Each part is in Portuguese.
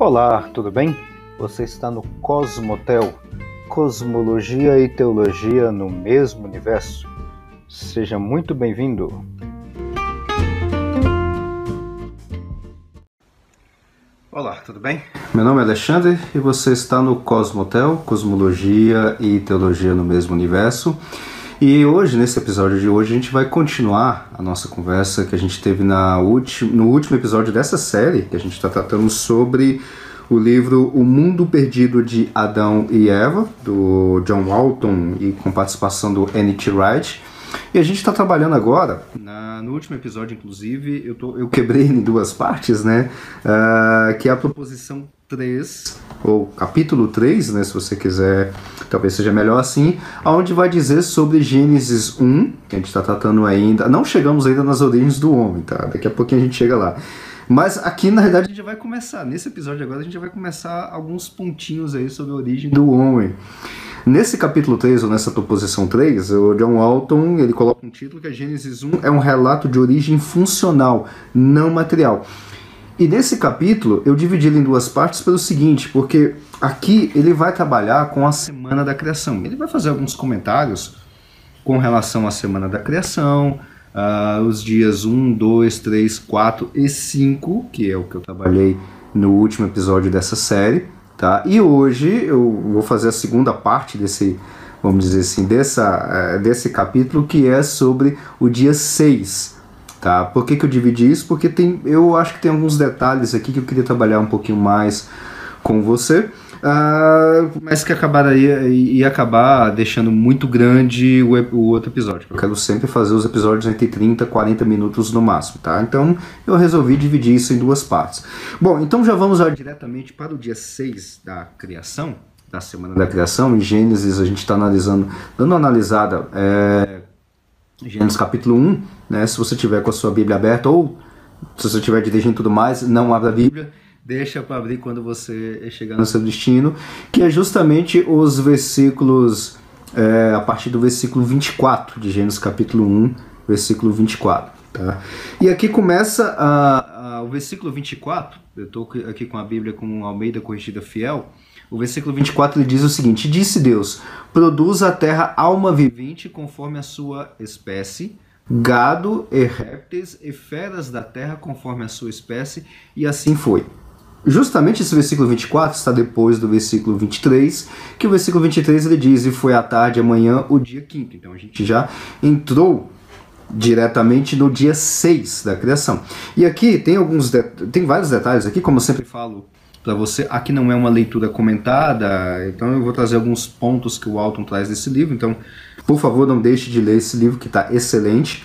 Olá, tudo bem? Você está no Cosmotel, Cosmologia e Teologia no mesmo universo. Seja muito bem-vindo. Olá, tudo bem? Meu nome é Alexandre e você está no Cosmotel, Cosmologia e Teologia no mesmo universo. E hoje, nesse episódio de hoje, a gente vai continuar a nossa conversa que a gente teve no último episódio dessa série, que a gente está tratando sobre o livro O Mundo Perdido de Adão e Eva, do John Walton, e com participação do N.T. Wright. E a gente está trabalhando agora, no último episódio, inclusive, eu quebrei em duas partes, né? Que é a proposição 3, ou capítulo 3, né, se você quiser, talvez seja melhor assim, onde vai dizer sobre Gênesis 1, que a gente está tratando ainda, não chegamos ainda nas origens do homem, tá? Daqui a pouquinho a gente chega lá. Mas aqui, na verdade, a gente vai começar, nesse episódio agora, a gente vai começar alguns pontinhos aí sobre a origem do homem. Nesse capítulo 3, ou nessa proposição 3, o John Walton, ele coloca um título que é Gênesis 1 é um relato de origem funcional, não material. E nesse capítulo eu dividi ele em duas partes pelo seguinte, porque aqui ele vai trabalhar com a Semana da Criação. Ele vai fazer alguns comentários com relação à Semana da Criação, os dias 1, 2, 3, 4 e 5, que é o que eu trabalhei no último episódio dessa série. Tá? E hoje eu vou fazer a segunda parte desse, vamos dizer assim, desse capítulo, que é sobre o dia 6. Tá? Por que eu dividi isso? Porque eu acho que tem alguns detalhes aqui que eu queria trabalhar um pouquinho mais com você, mas que ia acabar deixando muito grande o outro episódio. Eu quero sempre fazer os episódios entre 30 e 40 minutos no máximo, tá? Então eu resolvi dividir isso em duas partes. Bom, então já vamos diretamente para o dia 6 da criação, da Semana da Criação. Em Gênesis a gente está dando uma analisada Gênesis capítulo 1, né? Se você tiver com a sua Bíblia aberta, ou se você estiver dirigindo e tudo mais, não abra a Bíblia, deixa para abrir quando você chegar no seu destino, que é justamente os versículos, a partir do versículo 24 de Gênesis capítulo 1, versículo 24. Tá? E aqui começa o versículo 24, eu estou aqui com a Bíblia com Almeida Corrigida Fiel. O versículo 24 ele diz o seguinte: disse Deus, produz a terra alma vivente conforme a sua espécie, gado e répteis e feras da terra conforme a sua espécie, e assim foi. Justamente esse versículo 24 está depois do versículo 23, que o versículo 23 ele diz, e foi à tarde amanhã o dia 5º. Então a gente já entrou diretamente no dia 6 da criação. E aqui tem vários detalhes aqui, como eu sempre falo para você, aqui não é uma leitura comentada, então eu vou trazer alguns pontos que o Walton traz desse livro, então por favor não deixe de ler esse livro que está excelente.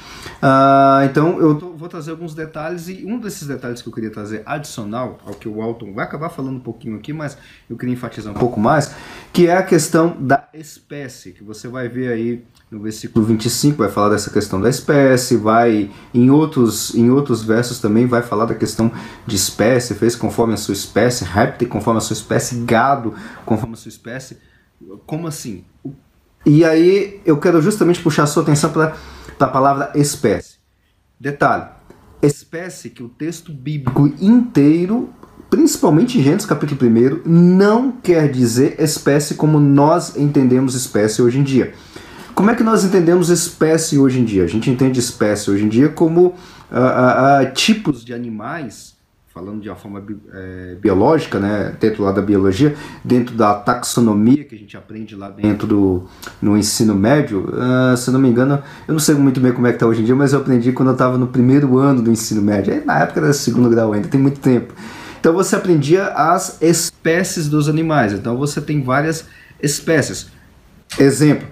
Então eu vou trazer alguns detalhes, e um desses detalhes que eu queria trazer adicional ao que o Walton vai acabar falando um pouquinho aqui, mas eu queria enfatizar um pouco mais, que é a questão da espécie, que você vai ver aí no versículo 25, vai falar dessa questão da espécie, vai em outros versos também vai falar da questão de espécie, fez conforme a sua espécie, réptil conforme a sua espécie, gado conforme a sua espécie. Como assim? E aí eu quero justamente puxar a sua atenção para a palavra espécie. Detalhe, espécie que o texto bíblico inteiro, principalmente em Gênesis capítulo 1, não quer dizer espécie como nós entendemos espécie hoje em dia. Como é que nós entendemos espécie hoje em dia? A gente entende espécie hoje em dia como tipos de animais, falando de uma forma biológica, né, dentro lá da biologia, dentro da taxonomia que a gente aprende lá dentro no ensino médio. Se não me engano, eu não sei muito bem como é que está hoje em dia, mas eu aprendi quando eu estava no primeiro ano do ensino médio, na época era segundo grau ainda, tem muito tempo. Então você aprendia as espécies dos animais, então você tem várias espécies. Exemplo,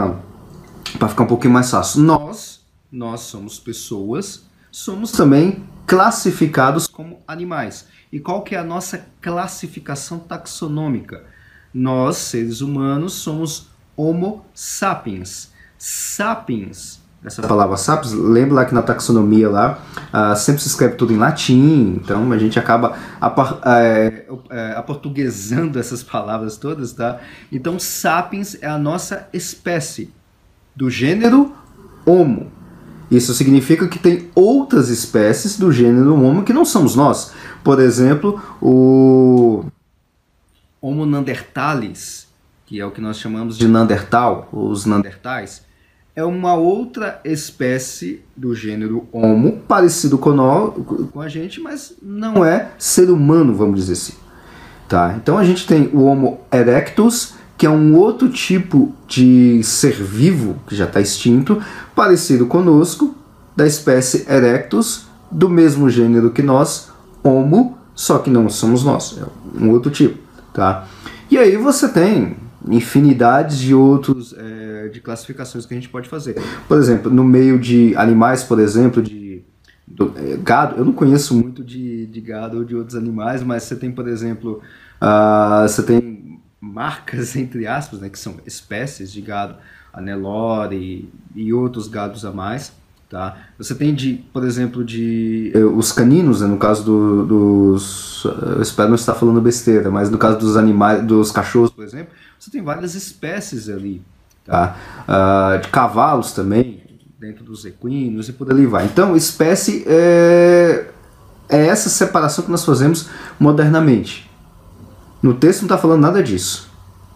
para ficar um pouquinho mais fácil, nós somos pessoas, somos também classificados como animais. E qual que é a nossa classificação taxonômica? Nós, seres humanos, somos Homo sapiens. Sapiens, essa palavra sapiens, lembra lá que na taxonomia lá, sempre se escreve tudo em latim, então a gente acaba aportuguesando essas palavras todas, tá? Então sapiens é a nossa espécie, do gênero Homo. Isso significa que tem outras espécies do gênero Homo que não somos nós. Por exemplo, o Homo neanderthalis, que é o que nós chamamos de Neandertal, os Neandertais, é uma outra espécie do gênero Homo, parecido com a gente, mas não é ser humano, vamos dizer assim. Tá? Então a gente tem o Homo erectus, que é um outro tipo de ser vivo, que já está extinto, parecido conosco, da espécie erectus, do mesmo gênero que nós, Homo, só que não somos nós, é um outro tipo. Tá? E aí você tem infinidades de outros de classificações que a gente pode fazer. Por exemplo, no meio de animais, por exemplo, gado, eu não conheço muito de gado ou de outros animais, mas você tem, por exemplo, você tem marcas, entre aspas, né, que são espécies de gado, a Nelore e outros gados a mais. Tá? Você tem, por exemplo, os caninos, né, no caso dos... Eu espero não estar falando besteira, mas no caso dos animais, dos cachorros, por exemplo, você tem várias espécies ali. Tá? De cavalos também, dentro dos equinos e por ali vai. Então, espécie é essa separação que nós fazemos modernamente. No texto não está falando nada disso.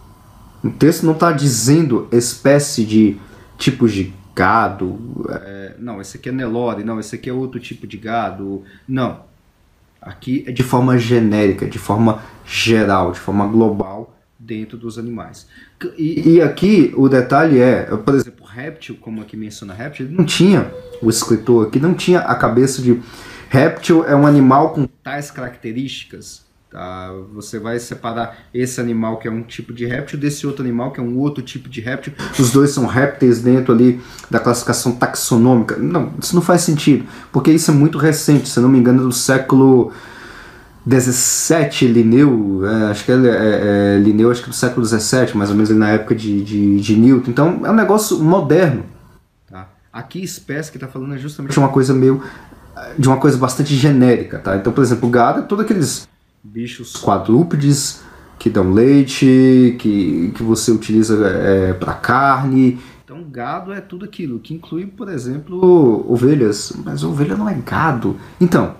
O texto não está dizendo espécie de tipos de gado, não, esse aqui é Nelore, não, esse aqui é outro tipo de gado, não. Aqui é de forma genérica, de forma geral, de forma global dentro dos animais. E aqui o detalhe por exemplo, réptil, como aqui menciona réptil, ele não tinha, o escritor aqui não tinha a cabeça de réptil é um animal com tais características. Tá? Você vai separar esse animal que é um tipo de réptil desse outro animal que é um outro tipo de réptil. Os dois são répteis dentro ali da classificação taxonômica. Não, isso não faz sentido, porque isso é muito recente, se não me engano, do século XVII, Linneu, acho que Linneu, acho que do século XVII, mais ou menos na época de Newton. Então é um negócio moderno. Tá? Aqui espécie que está falando é justamente uma coisa de uma coisa bastante genérica. Tá? Então, por exemplo, o gado é todos aqueles bichos quadrúpedes que dão leite, que você utiliza para carne. Então gado é tudo aquilo, que inclui, por exemplo, ovelhas. Mas ovelha não é gado. Então,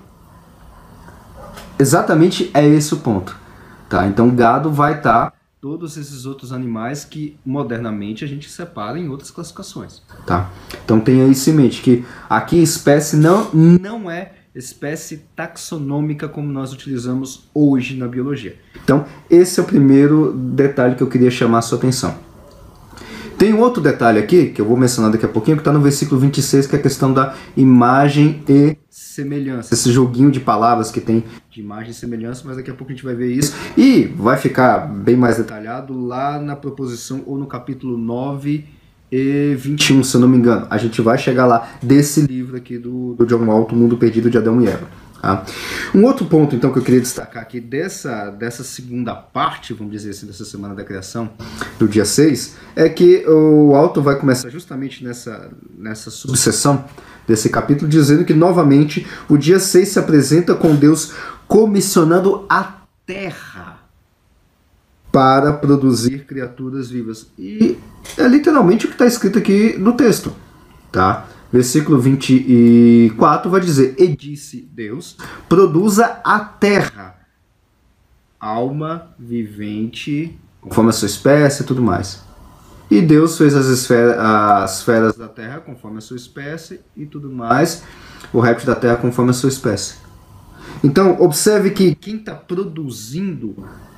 exatamente é esse o ponto. Tá? Então gado vai estar todos esses outros animais que modernamente a gente separa em outras classificações. Tá? Então tenha isso em mente, que aqui espécie não é espécie taxonômica como nós utilizamos hoje na biologia. Então, esse é o primeiro detalhe que eu queria chamar a sua atenção. Tem um outro detalhe aqui, que eu vou mencionar daqui a pouquinho, que está no versículo 26, que é a questão da imagem e semelhança. Esse joguinho de palavras que tem de imagem e semelhança, mas daqui a pouco a gente vai ver isso. E vai ficar bem mais detalhado lá na proposição, ou no capítulo 9 e 21, se eu não me engano. A gente vai chegar lá desse livro aqui do John Walton, O Mundo Perdido de Adão e Eva. Tá? Um outro ponto, então, que eu queria destacar aqui dessa segunda parte, vamos dizer assim, dessa Semana da Criação, do dia 6, é que o Walton vai começar justamente nessa subseção desse capítulo, dizendo que, novamente, o dia 6 se apresenta com Deus comissionando a terra para produzir criaturas vivas. E é literalmente o que está escrito aqui no texto. Tá? Versículo 24 vai dizer: E disse Deus, produza a terra, alma vivente, conforme a sua espécie e tudo mais. E Deus fez as feras da terra conforme a sua espécie e tudo mais, o réptil da terra conforme a sua espécie. Então, observe que quem está produzindo,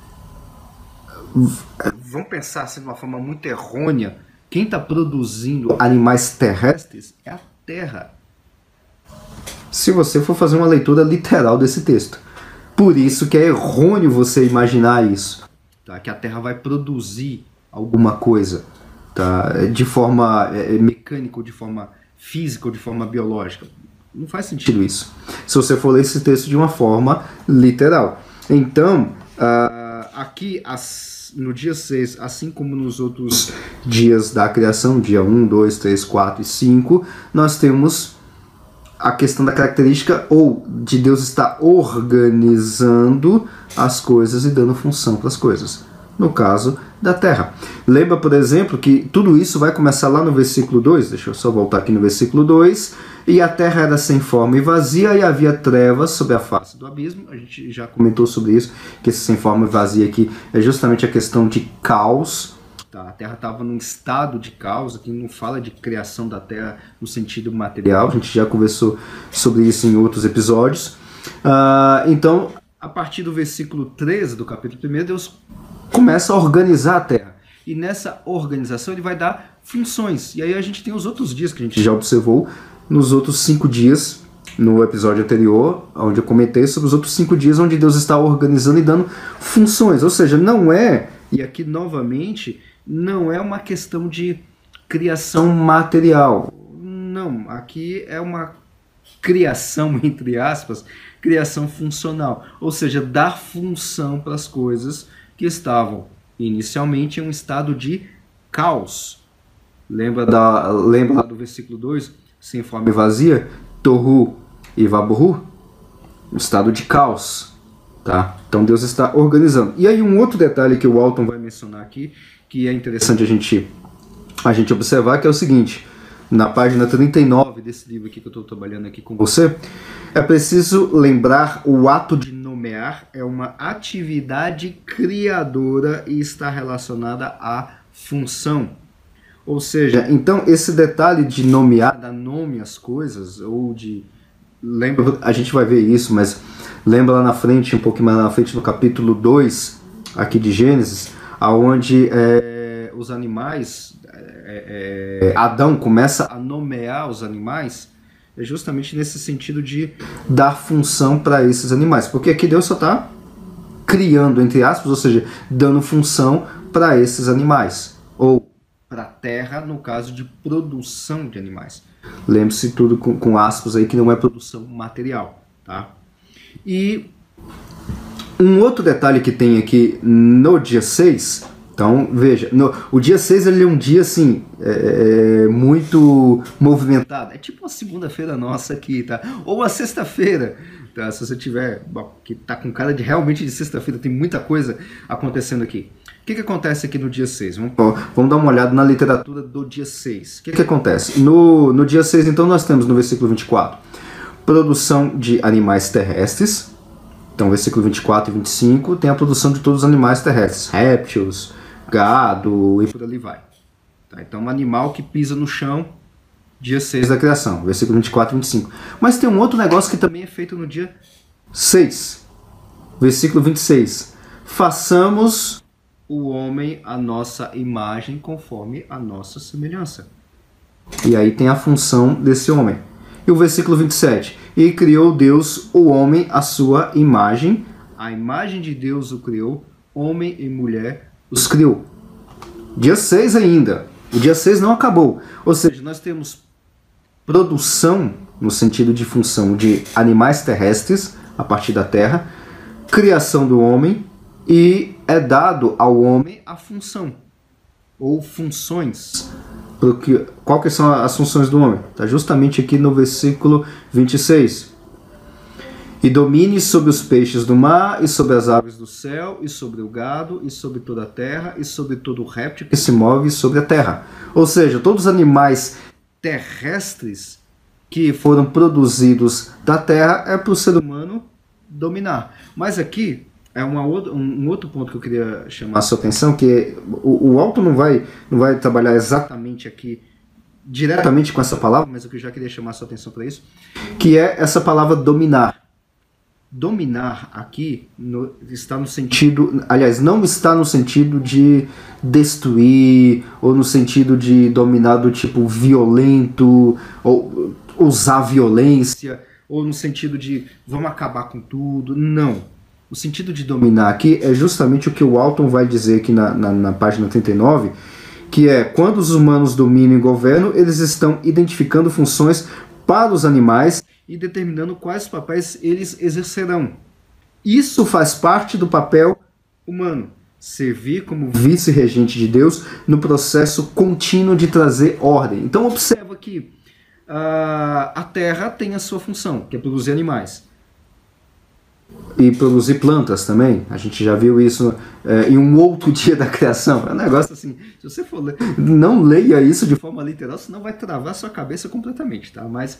vamos pensar assim de uma forma muito errônea, quem está produzindo animais terrestres é a terra. Se você for fazer uma leitura literal desse texto. Por isso que é errôneo você imaginar isso. Tá? Que a terra vai produzir alguma coisa, tá? De forma mecânica, ou de forma física, ou de forma biológica. Não faz sentido isso. Se você for ler esse texto de uma forma literal. Então, aqui no dia 6, assim como nos outros dias da criação, dia 1, 2, 3, 4 e 5, nós temos a questão da característica ou de Deus estar organizando as coisas e dando função para as coisas. no caso da terra. Lembra, por exemplo, que tudo isso vai começar lá no versículo 2, deixa eu só voltar aqui no versículo 2, e a terra era sem forma e vazia, e havia trevas sobre a face do abismo. A gente já comentou sobre isso, que esse sem forma e vazia aqui é justamente a questão de caos. Tá? A terra estava num estado de caos, aqui não fala de criação da terra no sentido material, a gente já conversou sobre isso em outros episódios. Então, a partir do versículo 13 do capítulo 1, Deus começa a organizar a terra. E nessa organização ele vai dar funções. E aí a gente tem os outros dias que a gente já observou nos outros 5 dias, no episódio anterior, onde eu comentei sobre os outros 5 dias onde Deus está organizando e dando funções. Ou seja, não é, e aqui novamente, não é uma questão de criação material. Não, aqui é uma criação, entre aspas, criação funcional. Ou seja, dar função para as coisas que estavam inicialmente em um estado de caos. Lembra lá do versículo 2? Sem forma e vazia, Tohu e Vabohu, um estado de caos. Tá? Então Deus está organizando. E aí um outro detalhe que o Walton vai mencionar aqui, que é interessante a gente observar, que é o seguinte: na página 39 desse livro aqui que eu estou trabalhando aqui com você, é preciso lembrar o ato de nomear é uma atividade criadora e está relacionada à função. Ou seja, então esse detalhe de nomear, dar nome às coisas, ou de... Lembra, a gente vai ver isso, mas lembra lá na frente, um pouquinho mais na frente, no capítulo 2 aqui de Gênesis, onde os animais, Adão começa a nomear os animais, é justamente nesse sentido de dar função para esses animais. Porque aqui Deus só está criando, entre aspas, ou seja, dando função para esses animais. Ou para a terra, no caso de produção de animais. Lembre-se tudo com aspas aí, que não é produção material. Tá? E um outro detalhe que tem aqui no dia 6... Então, veja, o dia 6 ele é um dia, assim, muito movimentado. É tipo uma segunda-feira nossa aqui, tá? Ou uma sexta-feira, tá? Se você tiver, que tá com cara de realmente de sexta-feira, tem muita coisa acontecendo aqui. O que acontece aqui no dia 6? Vamos dar uma olhada na literatura do dia 6. O que acontece? No dia 6, então, nós temos no versículo 24, produção de animais terrestres. Então, versículo 24 e 25 tem a produção de todos os animais terrestres, répteis, gado e por ali vai. Tá? Então, um animal que pisa no chão, dia 6 da criação, versículo 24 e 25. Mas tem um outro negócio que também é feito no dia 6, versículo 26. Façamos o homem à nossa imagem conforme a nossa semelhança. E aí tem a função desse homem. E o versículo 27. E criou Deus o homem à sua imagem. A imagem de Deus o criou. Homem e mulher os criou. Dia 6 ainda. O dia 6 não acabou. Ou seja, nós temos produção, no sentido de função, de animais terrestres, a partir da terra. Criação do homem. E é dado ao homem a função. Ou funções. Porque, qual que são as funções do homem? Está justamente aqui no versículo 26. E domine sobre os peixes do mar, e sobre as aves do céu, e sobre o gado, e sobre toda a terra, e sobre todo o réptil que se move sobre a terra. Ou seja, todos os animais terrestres que foram produzidos da terra é para o ser humano dominar. Mas aqui é um outro ponto que eu queria chamar a sua atenção, que o Walton não vai trabalhar exatamente aqui, diretamente com essa palavra, mas eu já queria chamar a sua atenção para isso, que é essa palavra dominar. Dominar aqui está no sentido, aliás, não está no sentido de destruir, ou no sentido de dominar do tipo violento, ou usar violência, ou no sentido de vamos acabar com tudo. Não. O sentido de dominar aqui é justamente o que o Walton vai dizer aqui na página 39, que é quando os humanos dominam e governam, eles estão identificando funções para os animais e determinando quais papéis eles exercerão. Isso faz parte do papel humano, servir como vice-regente de Deus no processo contínuo de trazer ordem. Então observa que a terra tem a sua função, que é produzir animais. e produzir plantas também. A gente já viu isso em um outro dia da criação. É um negócio assim, se você for ler, não leia isso de forma literal, senão vai travar sua cabeça completamente, tá? Mas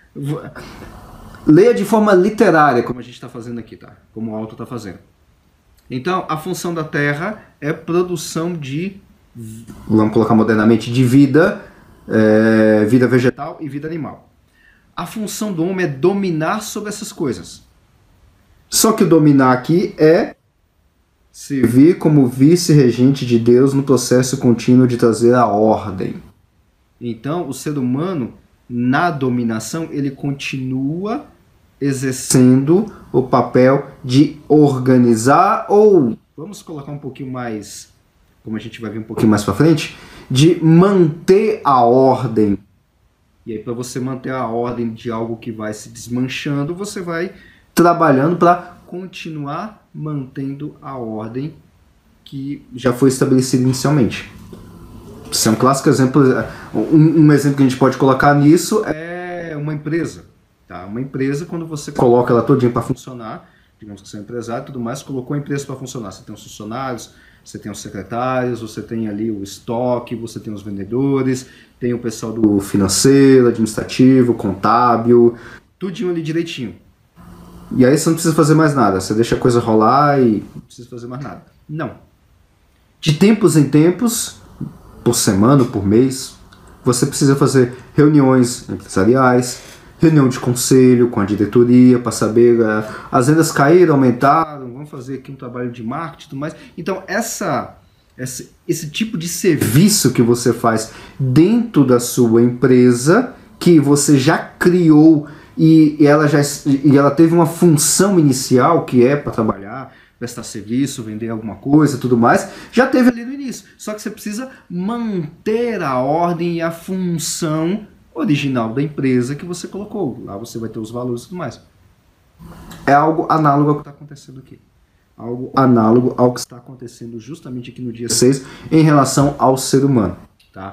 leia de forma literária, como a gente está fazendo aqui, tá? Como o Alto está fazendo. Então, a função da Terra é produção de, vamos colocar modernamente, de vida, vida vegetal e vida animal. A função do homem é dominar sobre essas coisas. Só que o dominar aqui é servir como vice-regente de Deus no processo contínuo de trazer a ordem. Então, o ser humano, na dominação, ele continua exercendo o papel de organizar, ou, vamos colocar um pouquinho mais, como a gente vai ver um pouquinho mais para frente, de manter a ordem. E aí, para você manter a ordem de algo que vai se desmanchando, você vai trabalhando para continuar mantendo a ordem que já foi estabelecida inicialmente. Isso é um clássico exemplo. Um exemplo que a gente pode colocar nisso é uma empresa. Tá? Uma empresa, quando você coloca ela todinha para funcionar, digamos que você é um empresário e tudo mais, colocou a empresa para funcionar. Você tem os funcionários, você tem os secretários, você tem ali o estoque, você tem os vendedores, tem o pessoal do financeiro, administrativo, contábil, tudinho ali direitinho. E aí você não precisa fazer mais nada, você deixa a coisa rolar e não precisa fazer mais nada. Não. De tempos em tempos, por semana, por mês, você precisa fazer reuniões empresariais, reunião de conselho com a diretoria para saber as vendas caíram, aumentaram, vamos fazer aqui um trabalho de marketing e tudo mais. Então esse tipo de serviço que você faz dentro da sua empresa, que você já criou e ela teve uma função inicial que é para trabalhar, prestar serviço, vender alguma coisa, tudo mais, já teve ali no início. Só que você precisa manter a ordem e a função original da empresa que você colocou. Lá você vai ter os valores e tudo mais. É algo análogo ao que está acontecendo aqui. Algo análogo ao que está acontecendo justamente aqui no dia 6 em relação ao ser humano. Tá?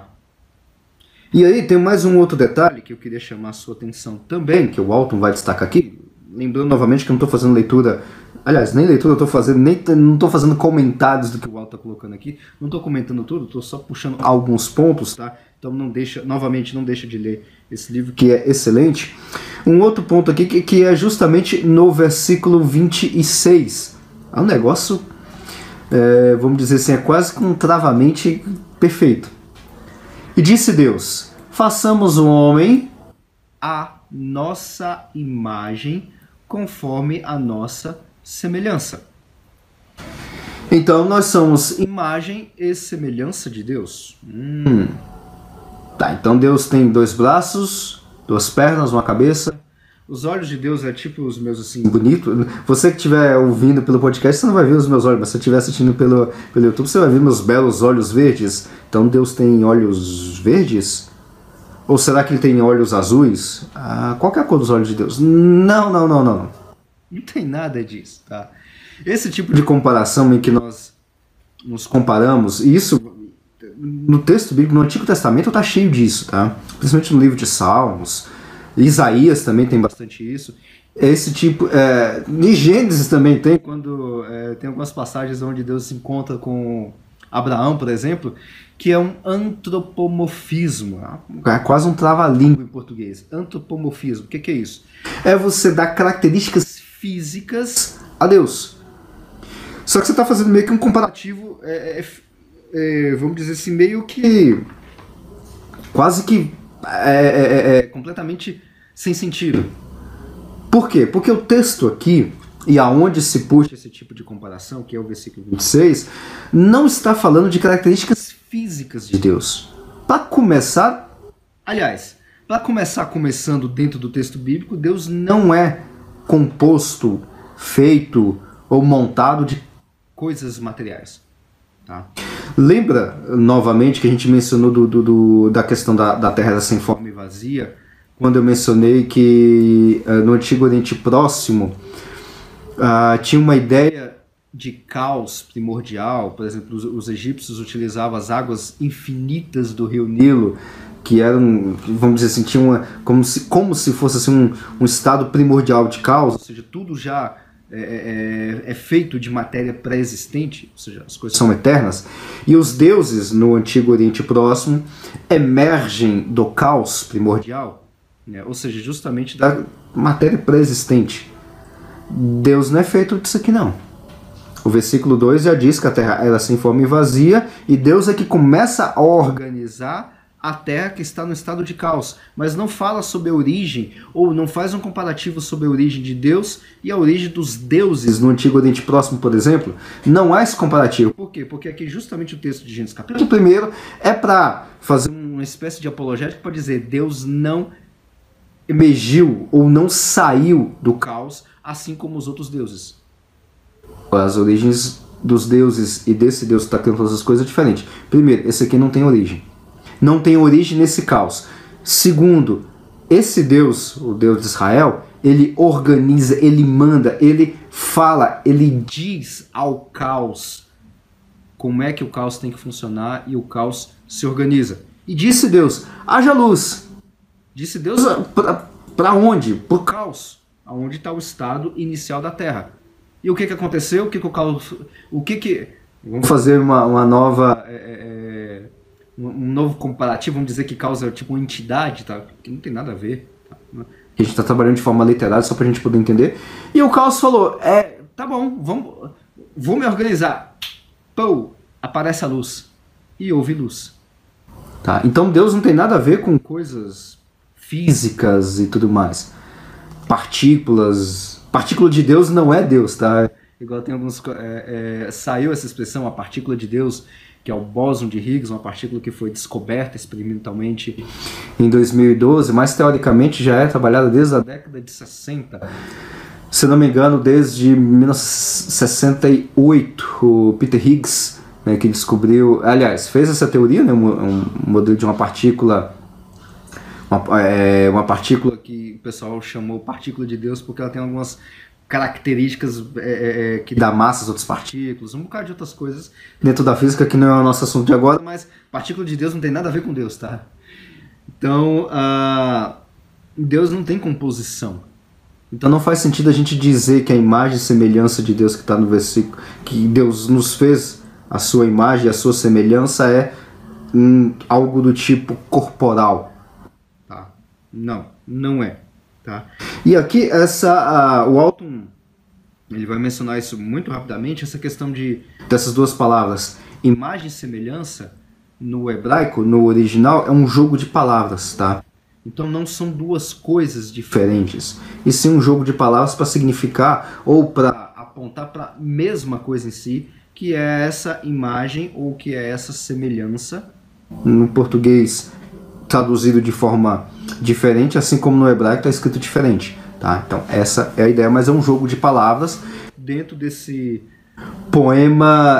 E aí tem mais um outro detalhe que eu queria chamar a sua atenção também, que o Alton vai destacar aqui. Lembrando novamente que eu não estou fazendo leitura, aliás, nem leitura eu estou fazendo, não estou fazendo comentários do que o Alton está colocando aqui, não estou comentando tudo, estou só puxando alguns pontos, tá? Então não deixa de ler esse livro que é excelente. Um outro ponto aqui que é justamente no versículo 26. É um negócio, vamos dizer assim, é quase que um travamente perfeito. E disse Deus, façamos o homem à nossa imagem, conforme a nossa semelhança. Então nós somos imagem e semelhança de Deus. Tá, então Deus tem 2 braços, 2 pernas, uma cabeça. Os olhos de Deus é tipo os meus assim, bonito. Você que estiver ouvindo pelo podcast, você não vai ver os meus olhos, mas se você estiver assistindo pelo YouTube, você vai ver meus belos olhos verdes. Então Deus tem olhos verdes? Ou será que ele tem olhos azuis? Qual que é a cor dos olhos de Deus? Não. Não tem nada disso, tá? Esse tipo de comparação em que nós nos comparamos, e isso no texto bíblico, no Antigo Testamento está cheio disso, tá? Principalmente no livro de Salmos, Isaías também tem bastante isso. Esse tipo, em Gênesis também tem, quando tem algumas passagens onde Deus se encontra com Abraão, por exemplo, que é um antropomorfismo, é quase um trava-língua em português. Antropomorfismo, o que é isso? É você dar características físicas a Deus. Só que você está fazendo meio que um comparativo, vamos dizer assim, meio que quase que completamente sem sentido. Por quê? Porque o texto aqui, e aonde se puxa esse tipo de comparação, que é o versículo 26, não está falando de características físicas de Deus. Para começar, começando dentro do texto bíblico, Deus não é composto, feito ou montado de coisas materiais. Tá? Lembra novamente que a gente mencionou da questão da terra sem forma e vazia, quando eu mencionei que no Antigo Oriente Próximo tinha uma ideia de caos primordial. Por exemplo, os egípcios utilizavam as águas infinitas do rio Nilo, que eram, vamos dizer assim, tinha como se fosse assim, um estado primordial de caos, ou seja, tudo já é feito de matéria pré-existente, ou seja, as coisas são eternas, e os deuses no Antigo Oriente Próximo emergem do caos primordial, né? Ou seja, justamente da matéria pré-existente. Deus não é feito disso aqui não. O versículo 2 já diz que a terra era sem forma e vazia, e Deus é que começa a organizar a terra que está no estado de caos, mas não fala sobre a origem, ou não faz um comparativo sobre a origem de Deus e a origem dos deuses no Antigo Oriente Próximo, por exemplo. Não há esse comparativo. Por quê? Porque aqui justamente o texto de Gênesis capítulo 1 é para fazer uma espécie de apologética para dizer Deus não emergiu ou não saiu do caos, assim como os outros deuses. As origens dos deuses e desse Deus que está criando todas as coisas é diferente. Primeiro, esse aqui não tem origem. Não tem origem nesse caos. Segundo, esse Deus, o Deus de Israel, ele organiza, ele manda, ele fala, ele diz ao caos como é que o caos tem que funcionar e o caos se organiza. E disse Deus, haja luz. Disse Deus para onde? Para o caos, aonde está o estado inicial da Terra. E o que aconteceu? O caos... Vamos fazer uma nova... um novo comparativo, vamos dizer que caos é tipo uma entidade, tá? Que não tem nada a ver. Tá? A gente está trabalhando de forma literária só para a gente poder entender. E o caos falou, tá bom, vou me organizar. Pô, aparece a luz. E houve luz. Tá? Então Deus não tem nada a ver com coisas físicas e tudo mais. Partículas. Partícula de Deus não é Deus, tá? Igual tem alguns... saiu essa expressão, a partícula de Deus, que é o bóson de Higgs, uma partícula que foi descoberta experimentalmente em 2012, mas teoricamente já é trabalhada desde a década de 60. Se não me engano, desde 1968, o Peter Higgs, né, que descobriu, aliás, fez essa teoria, né, um modelo de uma partícula, uma partícula que o pessoal chamou partícula de Deus porque ela tem algumas características que dá massa às outras partículas, um bocado de outras coisas dentro da física que não é o nosso assunto de agora, mas partícula de Deus não tem nada a ver com Deus, tá? Então, Deus não tem composição. Então não faz sentido a gente dizer que a imagem e semelhança de Deus que está no versículo, que Deus nos fez a sua imagem e a sua semelhança é algo do tipo corporal. Tá? Não é. Tá? E aqui o Alton ele vai mencionar isso muito rapidamente, essa questão dessas duas palavras, imagem e semelhança, no hebraico, no original, é um jogo de palavras, tá? Então não são duas coisas diferentes, e sim um jogo de palavras para significar ou para apontar para a mesma coisa em si, que é essa imagem ou que é essa semelhança, no português traduzido de forma diferente, assim como no hebraico está escrito diferente, tá? Então essa é a ideia, mas é um jogo de palavras dentro desse poema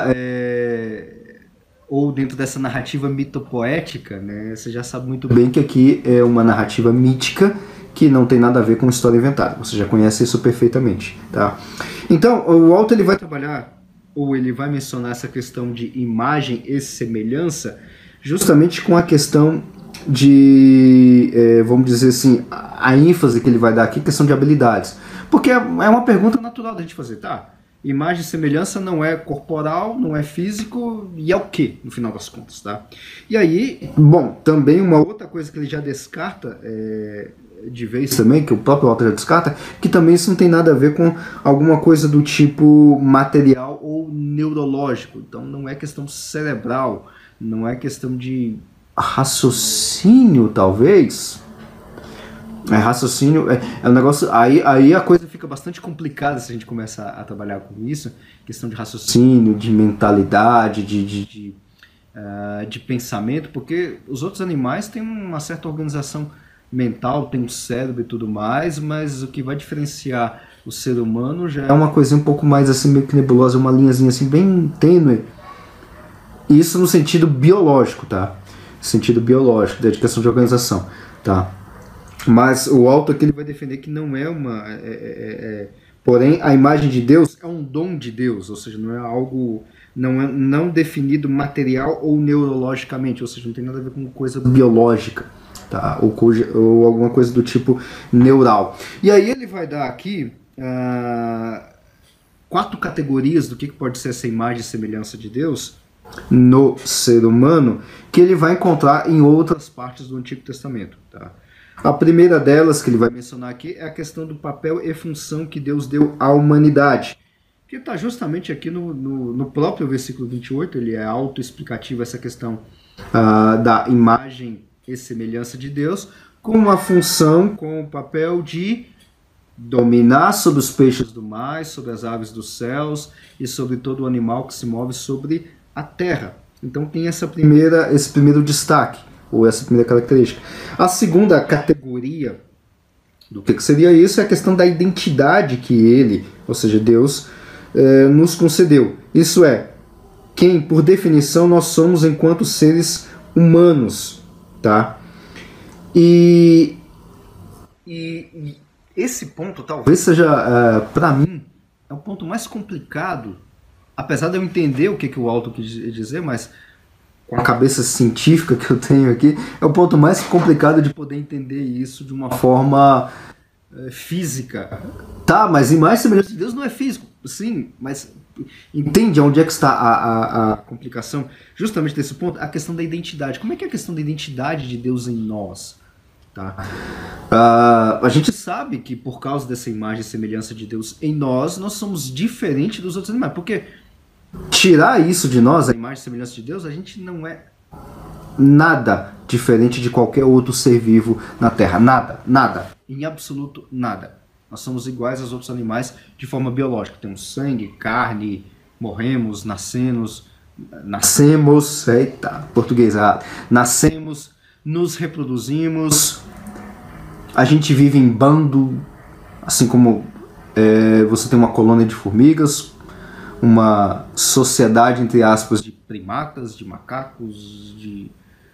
ou dentro dessa narrativa mitopoética, né? Você já sabe muito bem que aqui é uma narrativa mítica que não tem nada a ver com história inventada, você já conhece isso perfeitamente, tá? Então o Alton ele vai trabalhar, ou ele vai mencionar essa questão de imagem e semelhança justamente com a questão de, vamos dizer assim, a ênfase que ele vai dar aqui, questão de habilidades. Porque é uma pergunta natural da gente fazer, tá? Imagem e semelhança não é corporal, não é físico, e é o que, no final das contas, tá? E aí, bom, também uma outra coisa que ele já descarta, de vez também, que o próprio autor já descarta, que também isso não tem nada a ver com alguma coisa do tipo material ou neurológico. Então não é questão cerebral, não é questão de raciocínio, talvez. Raciocínio é um negócio. Aí a coisa fica bastante complicada se a gente começa a trabalhar com isso. Questão de raciocínio, de mentalidade, de pensamento, porque os outros animais têm uma certa organização mental, tem um cérebro e tudo mais, mas o que vai diferenciar o ser humano já é uma coisinha um pouco mais assim, meio que nebulosa, uma linhazinha assim, bem tênue. Isso no sentido biológico, tá? Sentido biológico, da questão de organização, tá? Mas o Alton aqui ele vai defender que não é uma... porém, a imagem de Deus é um dom de Deus, ou seja, não é algo... não definido material ou neurologicamente, ou seja, não tem nada a ver com coisa biológica, tá? Ou alguma coisa do tipo neural. E aí ele vai dar aqui 4 categorias do que pode ser essa imagem e semelhança de Deus no ser humano, que ele vai encontrar em outras partes do Antigo Testamento. Tá? A primeira delas que ele vai mencionar aqui é a questão do papel e função que Deus deu à humanidade, que está justamente aqui no próprio versículo 28, ele é autoexplicativo essa questão da imagem e semelhança de Deus, com uma função, com o papel de dominar sobre os peixes do mar, sobre as aves dos céus e sobre todo animal que se move sobre a terra. Então tem esse primeiro destaque, ou essa primeira característica. A segunda categoria do que seria isso é a questão da identidade que ele, ou seja, Deus, nos concedeu. Isso é, quem por definição nós somos enquanto seres humanos. Tá? E esse ponto talvez seja, para mim, é o ponto mais complicado, apesar de eu entender o que o autor quis dizer, mas com a cabeça científica que eu tenho aqui, é o ponto mais complicado de poder entender isso de uma forma física. Tá, mas imagem e semelhança de Deus não é físico, sim, mas entende onde é que está a complicação? Justamente desse ponto, a questão da identidade. Como é que é a questão da identidade de Deus em nós? Tá? A gente sabe que por causa dessa imagem e semelhança de Deus em nós somos diferentes dos outros animais, porque tirar isso de nós, a imagem e semelhança de Deus, a gente não é nada diferente de qualquer outro ser vivo na Terra. Nada. Em absoluto nada. Nós somos iguais aos outros animais de forma biológica. Temos sangue, carne, morremos, nascemos, eita, português errado. Nascemos, nos reproduzimos, a gente vive em bando, assim como você tem uma colônia de formigas, uma sociedade, entre aspas, de primatas, de macacos, de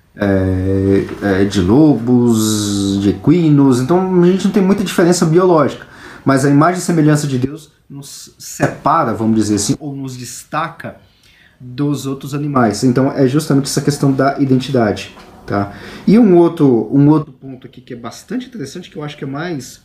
lobos, de equinos. Então a gente não tem muita diferença biológica, mas a imagem e semelhança de Deus nos separa, vamos dizer assim, ou nos destaca dos outros animais. Então é justamente essa questão da identidade. Tá? E um outro ponto aqui que é bastante interessante, que eu acho que é mais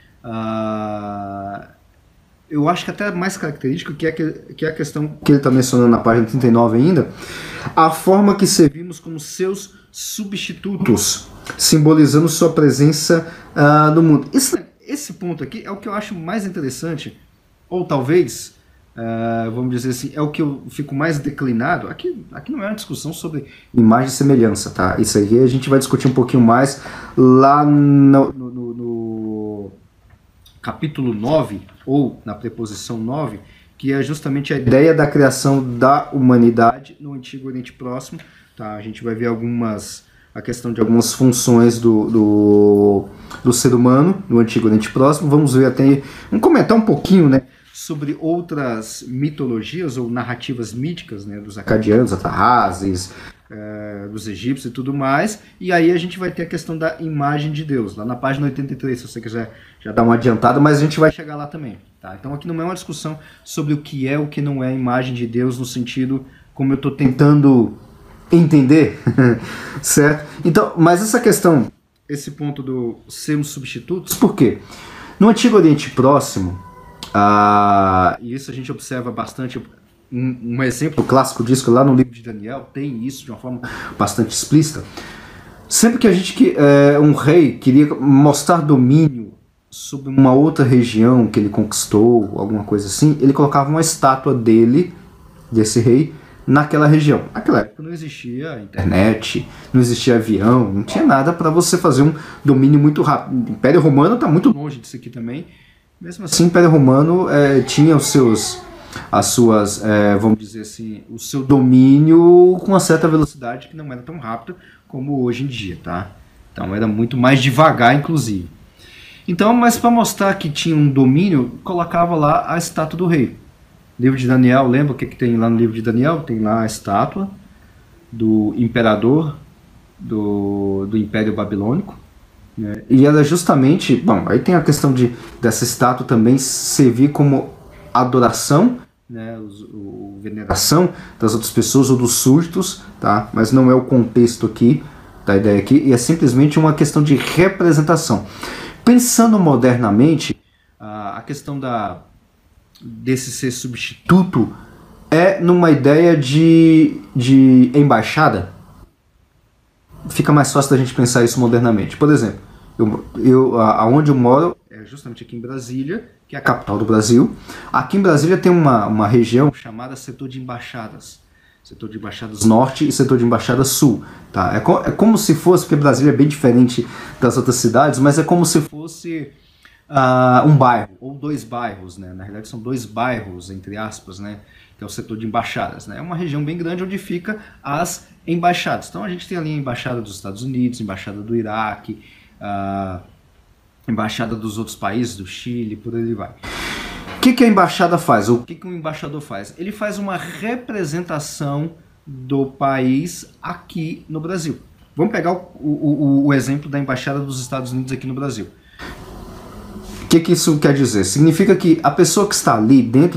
eu acho que até mais característico, que é a questão que ele está mencionando na página 39 ainda, a forma que servimos como seus substitutos, simbolizando sua presença no mundo. Esse ponto aqui é o que eu acho mais interessante, ou talvez, vamos dizer assim, é o que eu fico mais declinado. Aqui não é uma discussão sobre imagem e semelhança, tá? Isso aí a gente vai discutir um pouquinho mais lá no capítulo 9, ou na preposição 9, que é justamente a ideia da criação da humanidade no Antigo Oriente Próximo. Tá? A gente vai ver a questão de algumas funções do ser humano no Antigo Oriente Próximo. Vamos comentar um pouquinho, né, sobre outras mitologias ou narrativas míticas, né, dos acadianos, Atarrázes, dos egípcios e tudo mais. E aí a gente vai ter a questão da imagem de Deus, lá na página 83, se você quiser já dar uma adiantada, mas a gente vai chegar lá também. Tá? Então aqui não é uma discussão sobre o que é, o que não é a imagem de Deus, no sentido como eu estou tentando entender, certo? Então, mas essa questão, esse ponto do sermos substitutos, por quê? No Antigo Oriente Próximo, e isso a gente observa bastante, um exemplo clássico disso, lá no livro de Daniel, tem isso de uma forma bastante explícita. Sempre que um rei queria mostrar domínio sobre uma outra região que ele conquistou, alguma coisa assim, ele colocava uma estátua desse rei, naquela região. Naquela época não existia internet, não existia avião, não tinha nada para você fazer um domínio muito rápido. O Império Romano está muito longe disso aqui também. Mesmo assim, o Império Romano tinha vamos dizer assim, o seu domínio com uma certa velocidade que não era tão rápido como hoje em dia, tá? Então era muito mais devagar, inclusive. Então, mas para mostrar que tinha um domínio, colocava lá a estátua do rei. Livro de Daniel, lembra o que tem lá no livro de Daniel? Tem lá a estátua do imperador do Império Babilônico. Né? E ela justamente, bom, aí tem a questão dessa estátua também servir como adoração, né, veneração das outras pessoas ou dos súditos, tá? Mas não é o contexto aqui, da ideia aqui, e é simplesmente uma questão de representação. Pensando modernamente, a questão desse ser substituto é numa ideia de embaixada. Fica mais fácil da gente pensar isso modernamente. Por exemplo, aonde eu moro é justamente aqui em Brasília, que é a capital do Brasil. Aqui em Brasília tem uma região chamada setor de embaixadas. Setor de embaixadas norte e setor de embaixadas sul. Tá? É como se fosse, porque Brasília é bem diferente das outras cidades, mas é como se fosse um bairro, ou dois bairros, né? Na realidade são dois bairros, entre aspas, né? Que é o setor de embaixadas, né? É uma região bem grande onde fica as embaixadas. Então a gente tem ali a embaixada dos Estados Unidos, a embaixada do Iraque, a embaixada dos outros países, do Chile, por aí vai. O que a embaixada faz? Ou o que um embaixador faz? Ele faz uma representação do país aqui no Brasil. Vamos pegar o exemplo da embaixada dos Estados Unidos aqui no Brasil. O que isso quer dizer? Significa que a pessoa que está ali dentro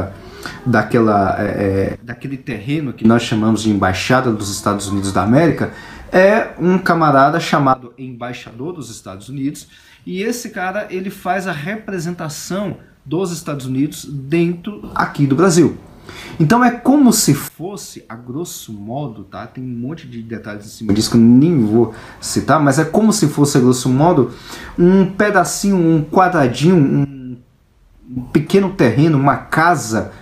daquele terreno que nós chamamos de embaixada dos Estados Unidos da América é um camarada chamado embaixador dos Estados Unidos, e esse cara ele faz a representação dos Estados Unidos dentro aqui do Brasil. Então é como se fosse, a grosso modo, tá? Tem um monte de detalhes em cima disso que eu nem vou citar, mas é como se fosse, a grosso modo, um pedacinho, um quadradinho, um pequeno terreno, uma casa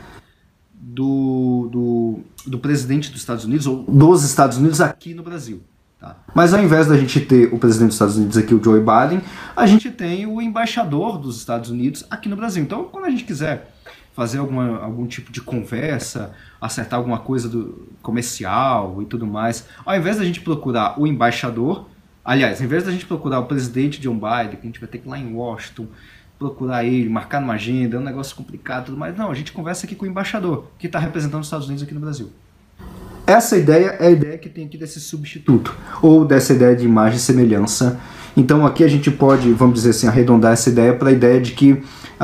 do presidente dos Estados Unidos, ou dos Estados Unidos aqui no Brasil. Tá? Mas ao invés da gente ter o presidente dos Estados Unidos aqui, o Joe Biden, a gente tem o embaixador dos Estados Unidos aqui no Brasil. Então, quando a gente quiser fazer algum tipo de conversa, acertar alguma coisa comercial e tudo mais, ao invés da gente procurar o embaixador, aliás, ao invés da gente procurar o presidente John Biden, que a gente vai ter que ir lá em Washington, procurar ele, marcar numa agenda, é um negócio complicado, tudo mais. Não, a gente conversa aqui com o embaixador, que está representando os Estados Unidos aqui no Brasil. Essa ideia é a ideia que tem aqui desse substituto, ou dessa ideia de imagem e semelhança. Então aqui a gente pode, vamos dizer assim, arredondar essa ideia para a ideia de que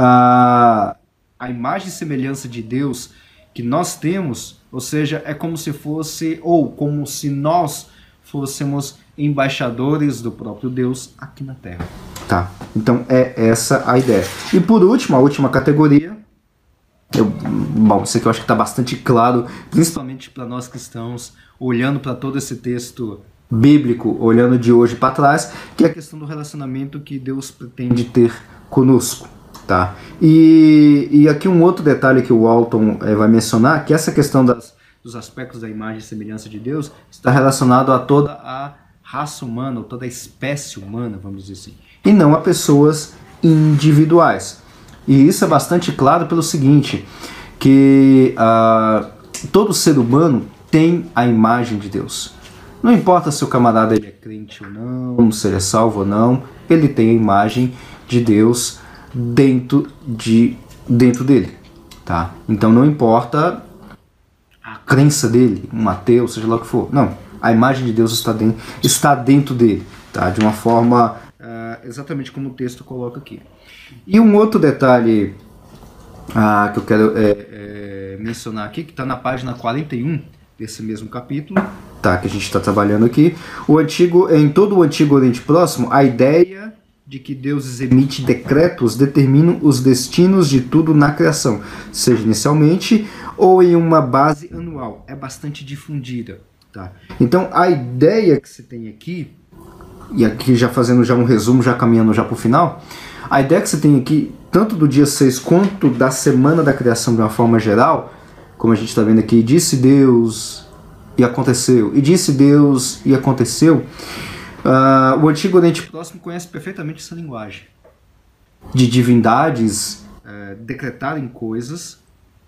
a imagem e semelhança de Deus que nós temos, ou seja, é como se fosse, ou como se nós fôssemos embaixadores do próprio Deus aqui na Terra. Tá, então é essa a ideia. E por último, a última categoria, bom, isso aqui eu acho que está bastante claro, principalmente para nós cristãos, olhando para todo esse texto bíblico, olhando de hoje para trás, que é a questão do relacionamento que Deus pretende ter conosco. Tá? E aqui um outro detalhe que o Walton vai mencionar, que essa questão dos aspectos da imagem e semelhança de Deus está relacionado a toda a raça humana, ou toda a espécie humana, vamos dizer assim, e não a pessoas individuais. E isso é bastante claro pelo seguinte, que todo ser humano tem a imagem de Deus. Não importa se o camarada ele é crente ou não, se ele é salvo ou não, ele tem a imagem de Deus dentro dele. Tá? Então não importa a crença dele, um ateu, seja lá o que for. Não, a imagem de Deus está dentro dele, tá? De uma forma exatamente como o texto coloca aqui. E um outro detalhe que eu quero mencionar aqui, que está na página 41 desse mesmo capítulo, tá? Que a gente está trabalhando aqui. Em todo o Antigo Oriente Próximo, a ideia de que Deus emite decretos determinam os destinos de tudo na criação, seja inicialmente ou em uma base anual. É bastante difundida. Tá? Então a ideia que se tem aqui, e aqui já fazendo já um resumo, já caminhando já para o final, a ideia que se tem aqui, tanto do dia 6 quanto da semana da criação de uma forma geral, como a gente está vendo aqui, disse Deus e aconteceu, e disse Deus e aconteceu, o Antigo Oriente Próximo conhece perfeitamente essa linguagem de divindades decretarem coisas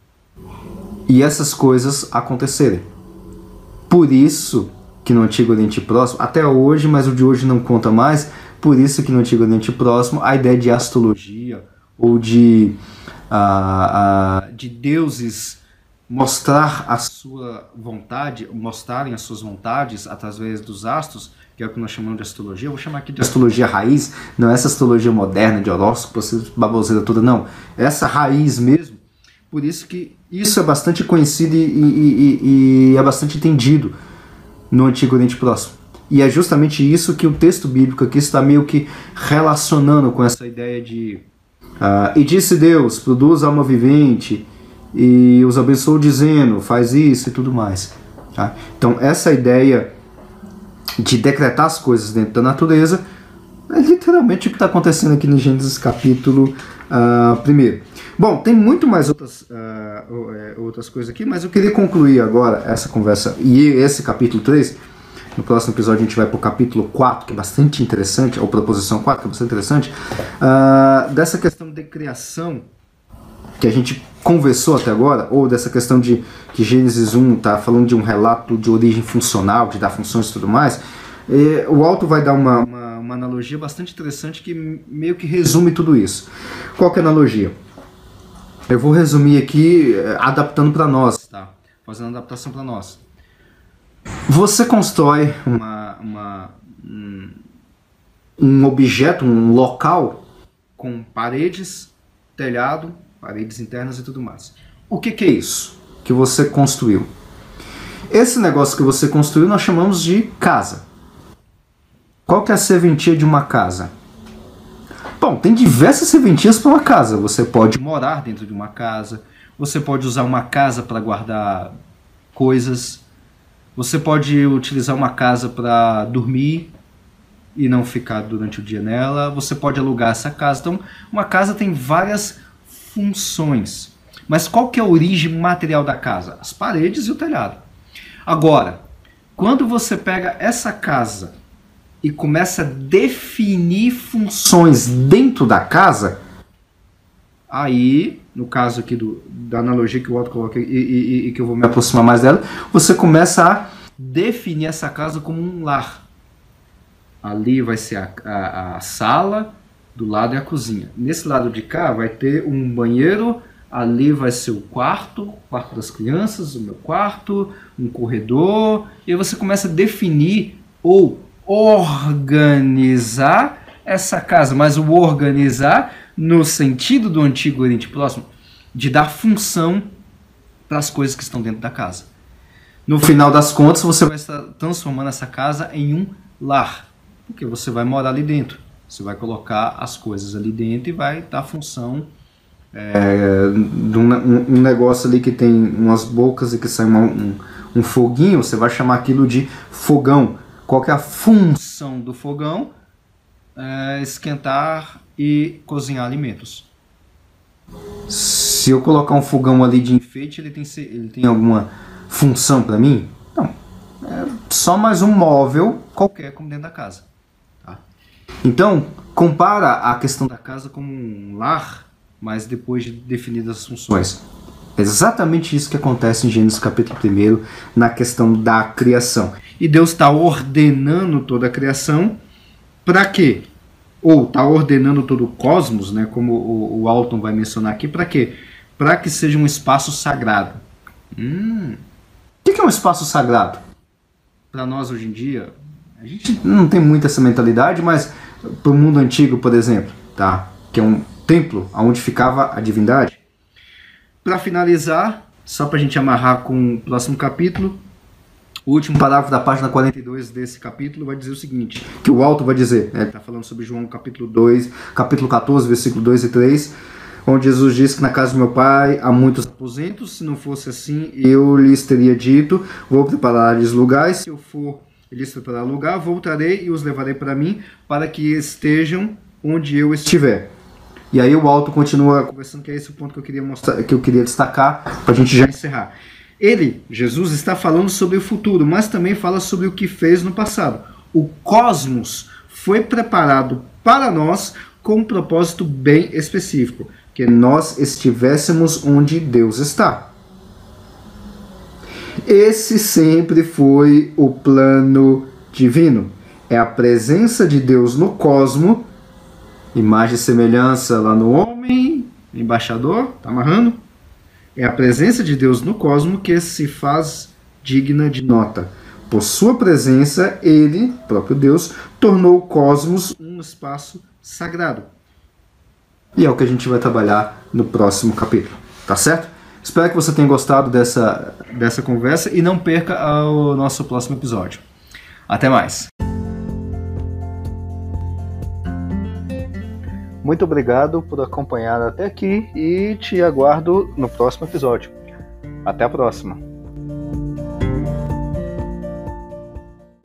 e essas coisas acontecerem. Por isso que no Antigo Oriente Próximo, até hoje, mas o de hoje não conta mais, por isso que no Antigo Oriente Próximo a ideia de astrologia ou de deuses mostrar a sua vontade, mostrarem as suas vontades através dos astros, que é o que nós chamamos de astrologia. Eu vou chamar aqui de astrologia raiz, não essa astrologia moderna de horóscopo, essa baboseira toda, não. Essa raiz mesmo. Por isso que isso é bastante conhecido e é bastante entendido no Antigo Oriente Próximo. E é justamente isso que o texto bíblico aqui está meio que relacionando com essa ideia de E disse Deus, produz alma vivente, e os abençoou dizendo, faz isso e tudo mais. Tá? Então essa ideia de decretar as coisas dentro da natureza é literalmente o que está acontecendo aqui no Gênesis capítulo 1. Bom, tem muito mais outras coisas aqui, mas eu queria concluir agora essa conversa e esse capítulo 3. No próximo episódio a gente vai para o capítulo 4, que é bastante interessante, ou proposição 4, que é bastante interessante, dessa questão de criação que a gente conversou até agora, ou dessa questão de que Gênesis 1 está falando de um relato de origem funcional, de dar funções e tudo mais. O Alto vai dar uma analogia bastante interessante que meio que resume tudo isso. Qual que é a analogia? Eu vou resumir aqui adaptando para nós, tá? Fazendo adaptação para nós. Você constrói um objeto, um local com paredes, telhado, paredes internas e tudo mais. O que é isso que você construiu? Esse negócio que você construiu nós chamamos de casa. Qual que é a serventia de uma casa? Bom, tem diversas serventias para uma casa. Você pode morar dentro de uma casa, você pode usar uma casa para guardar coisas, você pode utilizar uma casa para dormir e não ficar durante o dia nela, você pode alugar essa casa. Então, uma casa tem várias funções. Mas qual que é a origem material da casa? As paredes e o telhado. Agora, quando você pega essa casa e começa a definir funções dentro da casa, aí, no caso aqui da analogia que o Otto coloca e que eu vou me aproximar mais dela, você começa a definir essa casa como um lar. Ali vai ser a sala, do lado é a cozinha. Nesse lado de cá vai ter um banheiro, ali vai ser o quarto das crianças, o meu quarto, um corredor, e aí você começa a definir ou organizar essa casa, mas o organizar no sentido do Antigo Oriente Próximo, de dar função para as coisas que estão dentro da casa. No final das contas, você vai estar transformando essa casa em um lar, porque você vai morar ali dentro. Você vai colocar as coisas ali dentro e vai dar função de um negócio ali que tem umas bocas e que sai um foguinho, você vai chamar aquilo de fogão. Qual que é a função do fogão? Esquentar e cozinhar alimentos. Se eu colocar um fogão ali de enfeite, ele tem alguma função para mim? Não. É só mais um móvel qualquer como dentro da casa. Tá? Então, compara a questão da casa como um lar, mas depois de definidas as funções. É exatamente isso que acontece em Gênesis capítulo 1, na questão da criação. E Deus está ordenando toda a criação para quê? Ou está ordenando todo o cosmos, né, como o Alton vai mencionar aqui, para quê? Para que seja um espaço sagrado. O que é um espaço sagrado? Para nós hoje em dia, a gente não tem muito essa mentalidade, mas para o mundo antigo, por exemplo, tá? Que é um templo onde ficava a divindade. Para finalizar, só para a gente amarrar com o próximo capítulo, o último parágrafo da página 42 desse capítulo vai dizer o seguinte, que o Alto vai dizer, ele está falando sobre João capítulo 2, capítulo 14, versículo 2 e 3, onde Jesus diz que na casa do meu pai há muitos aposentos, se não fosse assim eu lhes teria dito, vou preparar-lhes lugares, se eu for lhes preparar lugar, voltarei e os levarei para mim, para que estejam onde eu estiver. E aí o Alto continua conversando, que é esse o ponto que eu queria mostrar, que eu queria destacar, para a gente já encerrar. Ele, Jesus, está falando sobre o futuro, mas também fala sobre o que fez no passado. O cosmos foi preparado para nós com um propósito bem específico, que nós estivéssemos onde Deus está. Esse sempre foi o plano divino. É a presença de Deus no cosmos, imagem e semelhança lá no homem, embaixador, tá amarrando? É a presença de Deus no cosmos que se faz digna de nota. Por sua presença, ele, próprio Deus, tornou o cosmos um espaço sagrado. E é o que a gente vai trabalhar no próximo capítulo, tá certo? Espero que você tenha gostado dessa conversa e não perca o nosso próximo episódio. Até mais! Muito obrigado por acompanhar até aqui e te aguardo no próximo episódio. Até a próxima!